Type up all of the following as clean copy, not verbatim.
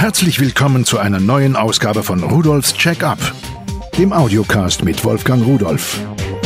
Herzlich willkommen zu einer neuen Ausgabe von Rudolfs Check-up, dem Audiocast mit Wolfgang Rudolf.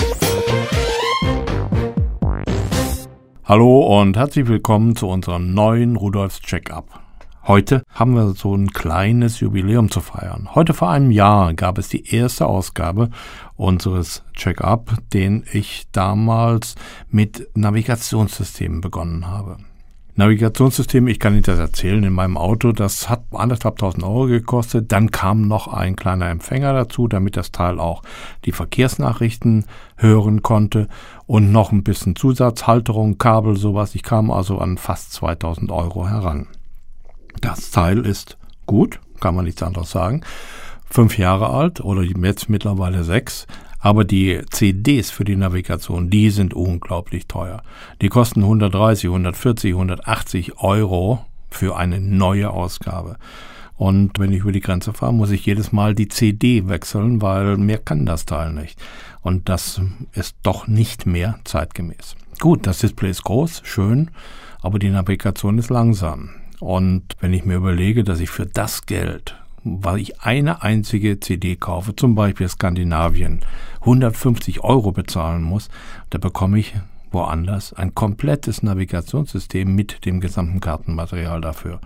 Hallo und herzlich willkommen zu unserem neuen Rudolfs Check-up. Heute haben wir so ein kleines Jubiläum zu feiern. Heute vor einem Jahr gab es die erste Ausgabe unseres Check-up, den ich damals mit Navigationssystemen begonnen habe. Navigationssystem, ich kann Ihnen das erzählen, in meinem Auto, das hat 1.500 € gekostet. Dann kam noch ein kleiner Empfänger dazu, damit das Teil auch die Verkehrsnachrichten hören konnte und noch ein bisschen Zusatzhalterung, Kabel, sowas. Ich kam also an fast 2.000 € heran. Das Teil ist gut, kann man nichts anderes sagen. 5 Jahre alt oder jetzt mittlerweile 6. Aber die CDs für die Navigation, die sind unglaublich teuer. Die kosten 130, 140, 180 € für eine neue Ausgabe. Und wenn ich über die Grenze fahre, muss ich jedes Mal die CD wechseln, weil mehr kann das Teil nicht. Und das ist doch nicht mehr zeitgemäß. Gut, das Display ist groß, schön, aber die Navigation ist langsam. Und wenn ich mir überlege, dass ich für das Geld, weil ich eine einzige CD kaufe, zum Beispiel Skandinavien, 150 € bezahlen muss, da bekomme ich woanders ein komplettes Navigationssystem mit dem gesamten Kartenmaterial dafür.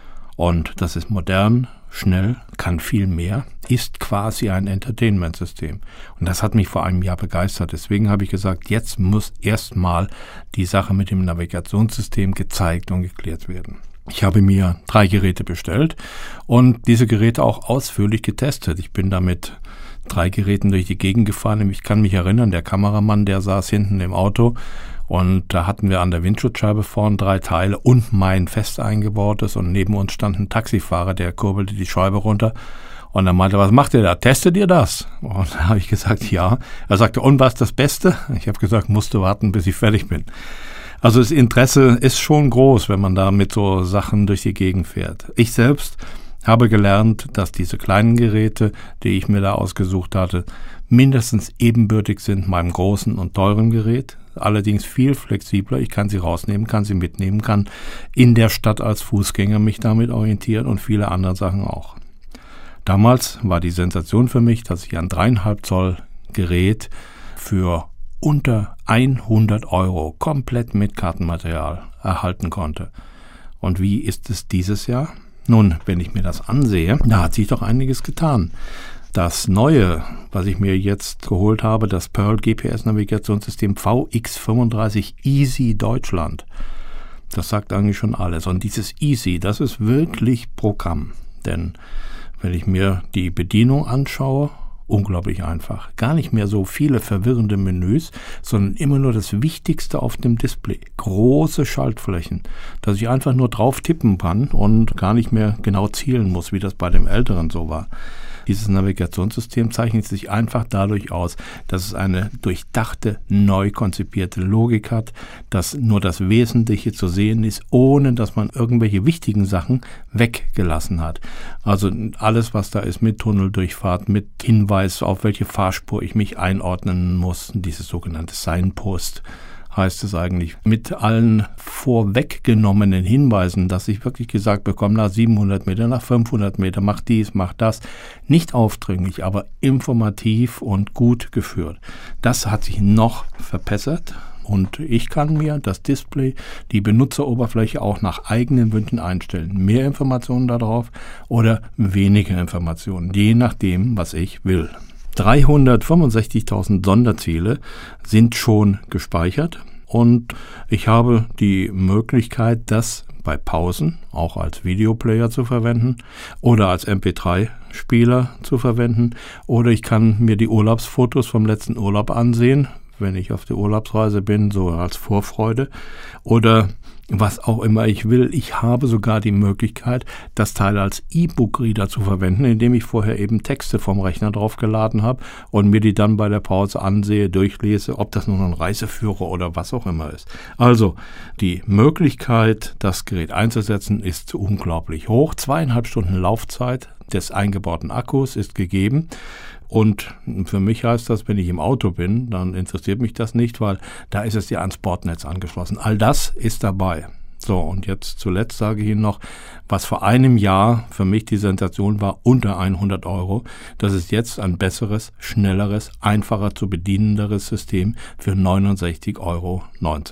Und das ist modern, schnell, kann viel mehr, ist quasi ein Entertainment-System. Und das hat mich vor einem Jahr begeistert. Deswegen habe ich gesagt, jetzt muss erstmal die Sache mit dem Navigationssystem gezeigt und geklärt werden. Ich habe mir 3 Geräte bestellt und diese Geräte auch ausführlich getestet. Ich bin damit 3 Geräten durch die Gegend gefahren. Ich kann mich erinnern, der Kameramann, der saß hinten im Auto und da hatten wir an der Windschutzscheibe vorn 3 Teile und mein fest eingebautes und neben uns stand ein Taxifahrer, der kurbelte die Scheibe runter und er meinte, was macht ihr da? Testet ihr das? Und da habe ich gesagt, ja. Er sagte, und was ist das Beste? Ich habe gesagt, musst du warten, bis ich fertig bin. Also das Interesse ist schon groß, wenn man da mit so Sachen durch die Gegend fährt. Ich selbst habe gelernt, dass diese kleinen Geräte, die ich mir da ausgesucht hatte, mindestens ebenbürtig sind meinem großen und teuren Gerät. Allerdings viel flexibler. Ich kann sie rausnehmen, kann sie mitnehmen, kann in der Stadt als Fußgänger mich damit orientieren und viele andere Sachen auch. Damals war die Sensation für mich, dass ich ein 3,5 Zoll Gerät für unter 100 € komplett mit Kartenmaterial erhalten konnte. Und wie ist es dieses Jahr? Nun, wenn ich mir das ansehe, da hat sich doch einiges getan. Das Neue, was ich mir jetzt geholt habe, das Pearl GPS-Navigationssystem VX35 Easy Deutschland, das sagt eigentlich schon alles. Und dieses Easy, das ist wirklich Programm. Denn wenn ich mir die Bedienung anschaue, unglaublich einfach. Gar nicht mehr so viele verwirrende Menüs, sondern immer nur das Wichtigste auf dem Display. Große Schaltflächen, dass ich einfach nur drauf tippen kann und gar nicht mehr genau zielen muss, wie das bei dem Älteren so war. Dieses Navigationssystem zeichnet sich einfach dadurch aus, dass es eine durchdachte, neu konzipierte Logik hat, dass nur das Wesentliche zu sehen ist, ohne dass man irgendwelche wichtigen Sachen weggelassen hat. Also alles, was da ist mit Tunneldurchfahrt, mit Hinweis, auf welche Fahrspur ich mich einordnen muss, dieses sogenannte Signpost, heißt es eigentlich, mit allen vorweggenommenen Hinweisen, dass ich wirklich gesagt bekomme, nach 700 Meter, nach 500 Meter, mach dies, mach das. Nicht aufdringlich, aber informativ und gut geführt. Das hat sich noch verbessert und ich kann mir das Display, die Benutzeroberfläche auch nach eigenen Wünschen einstellen. Mehr Informationen darauf oder weniger Informationen, je nachdem, was ich will. 365.000 Sonderziele sind schon gespeichert und ich habe die Möglichkeit, das bei Pausen auch als Videoplayer zu verwenden oder als MP3-Spieler zu verwenden oder ich kann mir die Urlaubsfotos vom letzten Urlaub ansehen, wenn ich auf der Urlaubsreise bin, so als Vorfreude oder was auch immer ich will. Ich habe sogar die Möglichkeit, das Teil als E-Book-Reader zu verwenden, indem ich vorher eben Texte vom Rechner draufgeladen habe und mir die dann bei der Pause ansehe, durchlese, ob das nun ein Reiseführer oder was auch immer ist. Also die Möglichkeit, das Gerät einzusetzen, ist unglaublich hoch. 2,5 Stunden Laufzeit des eingebauten Akkus ist gegeben. Und für mich heißt das, wenn ich im Auto bin, dann interessiert mich das nicht, weil da ist es ja ans Bordnetz angeschlossen. All das ist dabei. So, und jetzt zuletzt sage ich Ihnen noch, was vor einem Jahr für mich die Sensation war, unter 100 Euro. Das ist jetzt ein besseres, schnelleres, einfacher zu bedienenderes System für 69,90 Euro.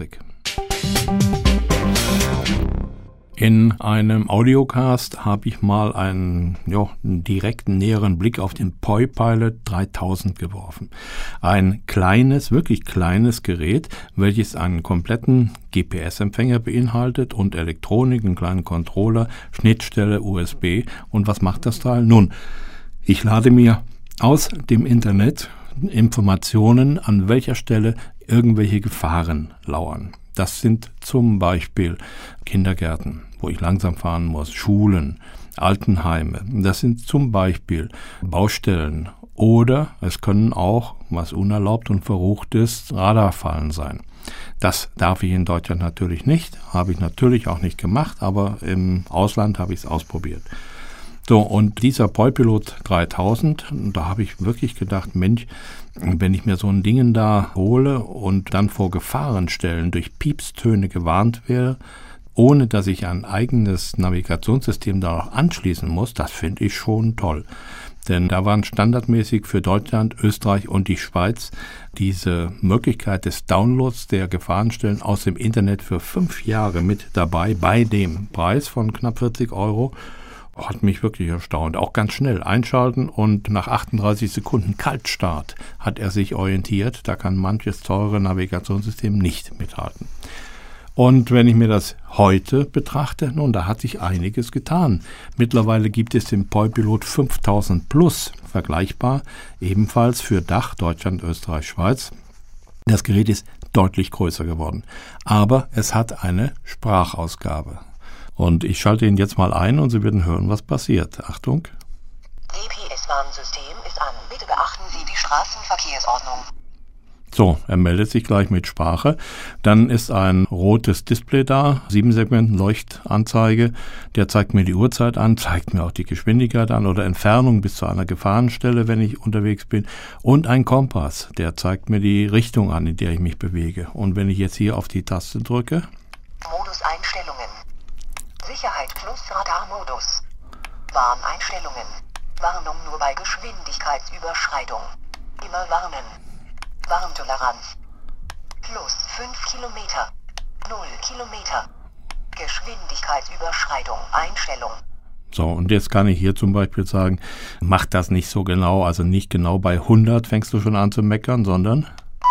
In einem Audiocast habe ich mal einen direkten, näheren Blick auf den PoiPilot 3000 geworfen. Ein kleines, wirklich kleines Gerät, welches einen kompletten GPS-Empfänger beinhaltet und Elektronik, einen kleinen Controller, Schnittstelle, USB. Und was macht das Teil? Nun, ich lade mir aus dem Internet Informationen, an welcher Stelle irgendwelche Gefahren lauern. Das sind zum Beispiel Kindergärten, wo ich langsam fahren muss, Schulen, Altenheime. Das sind zum Beispiel Baustellen oder es können auch, was unerlaubt und verrucht ist, Radarfallen sein. Das darf ich in Deutschland natürlich nicht, habe ich natürlich auch nicht gemacht, aber im Ausland habe ich es ausprobiert. So, und dieser PoiPilot 3000, da habe ich wirklich gedacht, Mensch, wenn ich mir so ein Ding da hole und dann vor Gefahrenstellen durch Piepstöne gewarnt werde, ohne dass ich ein eigenes Navigationssystem da noch anschließen muss, das finde ich schon toll. Denn da waren standardmäßig für Deutschland, Österreich und die Schweiz diese Möglichkeit des Downloads der Gefahrenstellen aus dem Internet für 5 Jahre mit dabei, bei dem Preis von knapp 40 Euro. Hat mich wirklich erstaunt. Auch ganz schnell einschalten und nach 38 Sekunden Kaltstart hat er sich orientiert. Da kann manches teure Navigationssystem nicht mithalten. Und wenn ich mir das heute betrachte, nun, da hat sich einiges getan. Mittlerweile gibt es den PoiPilot 5000 Plus, vergleichbar, ebenfalls für Dach, Deutschland, Österreich, Schweiz. Das Gerät ist deutlich größer geworden, aber es hat eine Sprachausgabe. Und ich schalte ihn jetzt mal ein und Sie werden hören, was passiert. Achtung. GPS-Warnsystem ist an. Bitte beachten Sie die Straßenverkehrsordnung. So, er meldet sich gleich mit Sprache. Dann ist ein rotes Display da, 7 Segmenten Leuchtanzeige. Der zeigt mir die Uhrzeit an, zeigt mir auch die Geschwindigkeit an oder Entfernung bis zu einer Gefahrenstelle, wenn ich unterwegs bin. Und ein Kompass, der zeigt mir die Richtung an, in der ich mich bewege. Und wenn ich jetzt hier auf die Taste drücke. Moduseinstellungen. Sicherheit plus Radarmodus. Warneinstellungen. Warnung nur bei Geschwindigkeitsüberschreitung. Immer warnen. Warntoleranz. Plus 5 Kilometer. 0 Kilometer. Geschwindigkeitsüberschreitung. Einstellung. So, und jetzt kann ich hier zum Beispiel sagen, mach das nicht so genau, also nicht genau bei 100 fängst du schon an zu meckern, sondern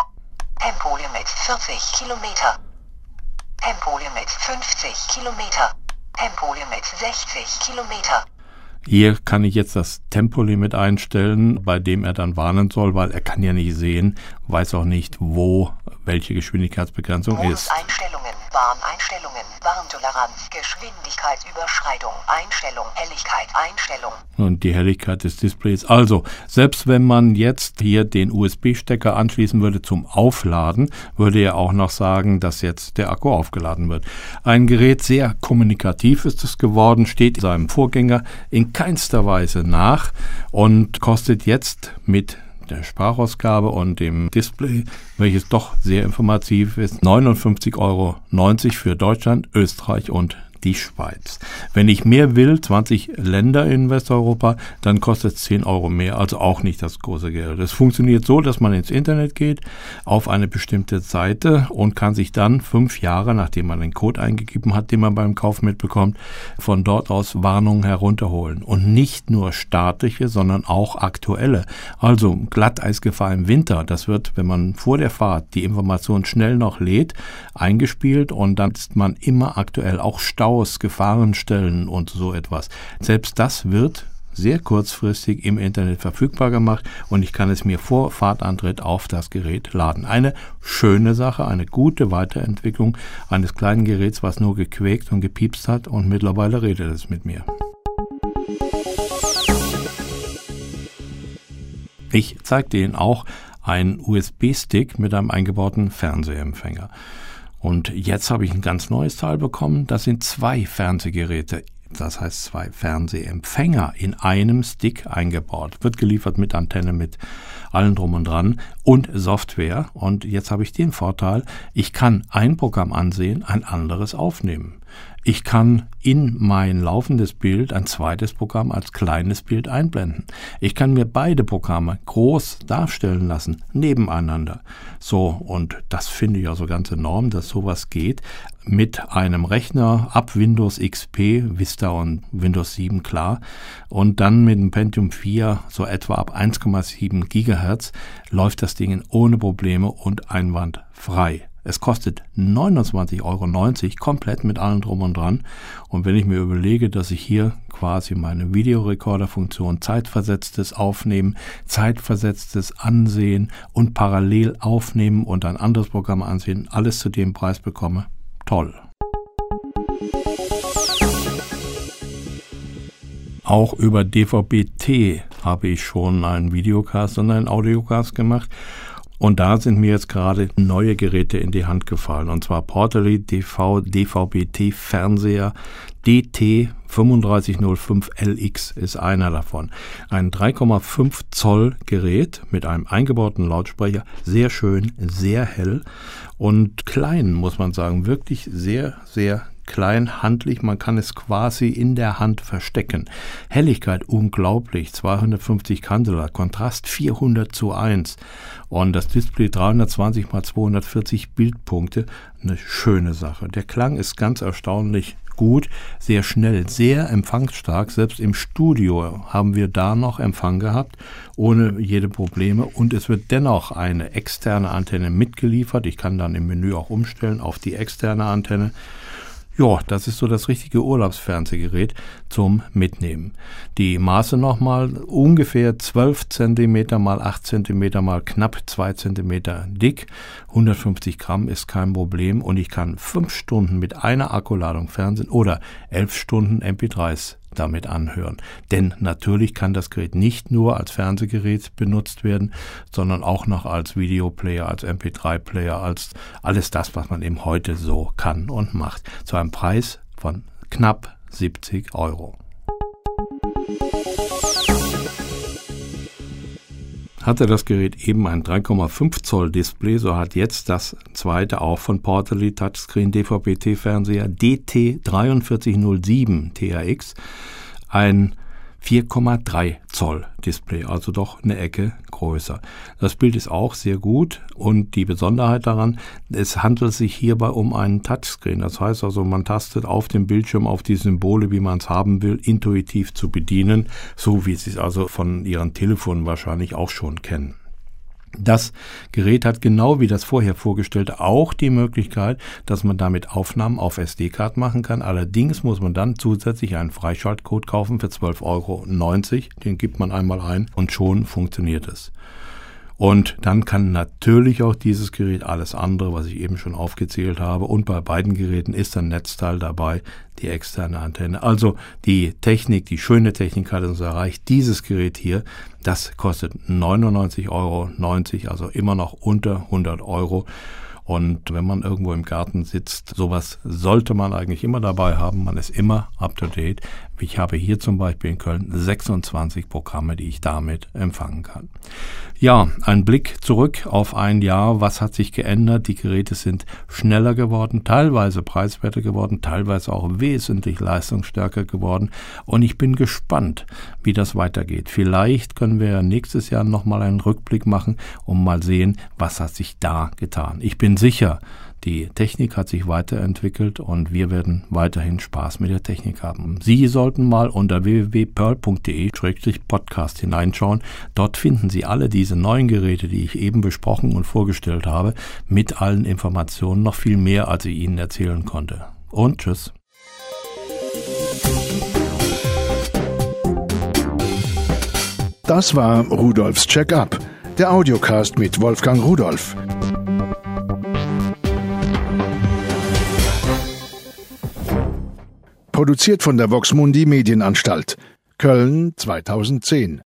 Tempolimit 40 Kilometer. Tempolimit 50 Kilometer. Tempolimit 60 Kilometer. Hier kann ich jetzt das Tempolimit einstellen, bei dem er dann warnen soll, weil er kann ja nicht sehen, weiß auch nicht, wo welche Geschwindigkeitsbegrenzung ist. Einstellungen, Warneinstellungen, Warntoleranz, Geschwindigkeitsüberschreitung, Einstellung, Helligkeit, Einstellung. Und die Helligkeit des Displays. Also, selbst wenn man jetzt hier den USB-Stecker anschließen würde zum Aufladen, würde er auch noch sagen, dass jetzt der Akku aufgeladen wird. Ein Gerät, sehr kommunikativ ist es geworden, steht seinem Vorgänger in keinster Weise nach und kostet jetzt mit der Sprachausgabe und dem Display, welches doch sehr informativ ist, 59,90 Euro für Deutschland, Österreich und die Schweiz. Wenn ich mehr will, 20 Länder in Westeuropa, dann kostet es 10 Euro mehr, also auch nicht das große Geld. Es funktioniert so, dass man ins Internet geht, auf eine bestimmte Seite und kann sich dann 5 Jahre, nachdem man den Code eingegeben hat, den man beim Kauf mitbekommt, von dort aus Warnungen herunterholen. Und nicht nur statische, sondern auch aktuelle. Also Glatteisgefahr im Winter, das wird, wenn man vor der Fahrt die Information schnell noch lädt, eingespielt und dann ist man immer aktuell, auch Staus, Gefahrenstellen und so etwas. Selbst das wird sehr kurzfristig im Internet verfügbar gemacht und ich kann es mir vor Fahrtantritt auf das Gerät laden. Eine schöne Sache, eine gute Weiterentwicklung eines kleinen Geräts, was nur gequäkt und gepiepst hat und mittlerweile redet es mit mir. Ich zeigte Ihnen auch einen USB-Stick mit einem eingebauten Fernsehempfänger. Und jetzt habe ich ein ganz neues Teil bekommen. Das sind 2 Fernsehgeräte, das heißt 2 Fernsehempfänger in einem Stick eingebaut. Wird geliefert mit Antenne, mit allem drum und dran und Software. Und jetzt habe ich den Vorteil, ich kann ein Programm ansehen, ein anderes aufnehmen. Ich kann in mein laufendes Bild ein zweites Programm als kleines Bild einblenden. Ich kann mir beide Programme groß darstellen lassen, nebeneinander. So, und das finde ich also ganz enorm, dass sowas geht. Mit einem Rechner ab Windows XP, Vista und Windows 7, klar. Und dann mit dem Pentium 4, so etwa ab 1,7 Gigahertz, läuft das Ding ohne Probleme und einwandfrei. Es kostet 29,90 Euro, komplett mit allem drum und dran. Und wenn ich mir überlege, dass ich hier quasi meine Videorekorder-Funktion zeitversetztes Aufnehmen, zeitversetztes Ansehen und parallel aufnehmen und ein anderes Programm ansehen, alles zu dem Preis bekomme, toll. Auch über DVB-T habe ich schon einen Videocast und einen Audiocast gemacht. Und da sind mir jetzt gerade neue Geräte in die Hand gefallen. Und zwar Portally DVB-T Fernseher DT3505LX ist einer davon. Ein 3,5 Zoll Gerät mit einem eingebauten Lautsprecher. Sehr schön, sehr hell und klein, muss man sagen. Wirklich sehr, sehr klein, handlich, man kann es quasi in der Hand verstecken. Helligkeit unglaublich, 250 Candela, Kontrast 400:1 und das Display 320 x 240 Bildpunkte, eine schöne Sache. Der Klang ist ganz erstaunlich gut, sehr schnell, sehr empfangsstark. Selbst im Studio haben wir da noch Empfang gehabt, ohne jede Probleme. Und es wird dennoch eine externe Antenne mitgeliefert. Ich kann dann im Menü auch umstellen auf die externe Antenne. Ja, das ist so das richtige Urlaubsfernsehgerät zum Mitnehmen. Die Maße nochmal, ungefähr 12 cm mal 8 cm mal knapp 2 cm dick. 150 Gramm ist kein Problem und ich kann 5 Stunden mit einer Akkuladung Fernsehen oder 11 Stunden MP3s damit anhören. Denn natürlich kann das Gerät nicht nur als Fernsehgerät benutzt werden, sondern auch noch als Videoplayer, als MP3-Player, als alles das, was man eben heute so kann und macht. Zu einem Preis von knapp 70 Euro. Hatte das Gerät eben ein 3,5 Zoll Display, so hat jetzt das zweite auch von Portally Touchscreen DVB-T Fernseher DT4307 THX ein 4,3 Zoll Display, also doch eine Ecke größer. Das Bild ist auch sehr gut und die Besonderheit daran, es handelt sich hierbei um einen Touchscreen. Das heißt also, man tastet auf dem Bildschirm auf die Symbole, wie man es haben will, intuitiv zu bedienen, so wie Sie es also von Ihren Telefonen wahrscheinlich auch schon kennen. Das Gerät hat genau wie das vorher vorgestellte auch die Möglichkeit, dass man damit Aufnahmen auf SD-Card machen kann. Allerdings muss man dann zusätzlich einen Freischaltcode kaufen für 12,90 Euro. Den gibt man einmal ein und schon funktioniert es. Und dann kann natürlich auch dieses Gerät alles andere, was ich eben schon aufgezählt habe. Und bei beiden Geräten ist ein Netzteil dabei, die externe Antenne. Also die Technik, die schöne Technik hat uns erreicht. Dieses Gerät hier, das kostet 99,90 Euro, also immer noch unter 100 Euro. Und wenn man irgendwo im Garten sitzt, sowas sollte man eigentlich immer dabei haben. Man ist immer up to date. Ich habe hier zum Beispiel in Köln 26 Programme, die ich damit empfangen kann. Ja, ein Blick zurück auf ein Jahr. Was hat sich geändert? Die Geräte sind schneller geworden, teilweise preiswerter geworden, teilweise auch wesentlich leistungsstärker geworden. Und ich bin gespannt, wie das weitergeht. Vielleicht können wir nächstes Jahr nochmal einen Rückblick machen und mal sehen, was hat sich da getan. Ich bin sicher, die Technik hat sich weiterentwickelt und wir werden weiterhin Spaß mit der Technik haben. Sie sollten mal unter www.pearl.de/podcast hineinschauen. Dort finden Sie alle diese neuen Geräte, die ich eben besprochen und vorgestellt habe, mit allen Informationen, noch viel mehr, als ich Ihnen erzählen konnte. Und tschüss. Das war Rudolfs Check-up, der Audiocast mit Wolfgang Rudolf. Produziert von der Vox Mundi Medienanstalt, Köln 2010.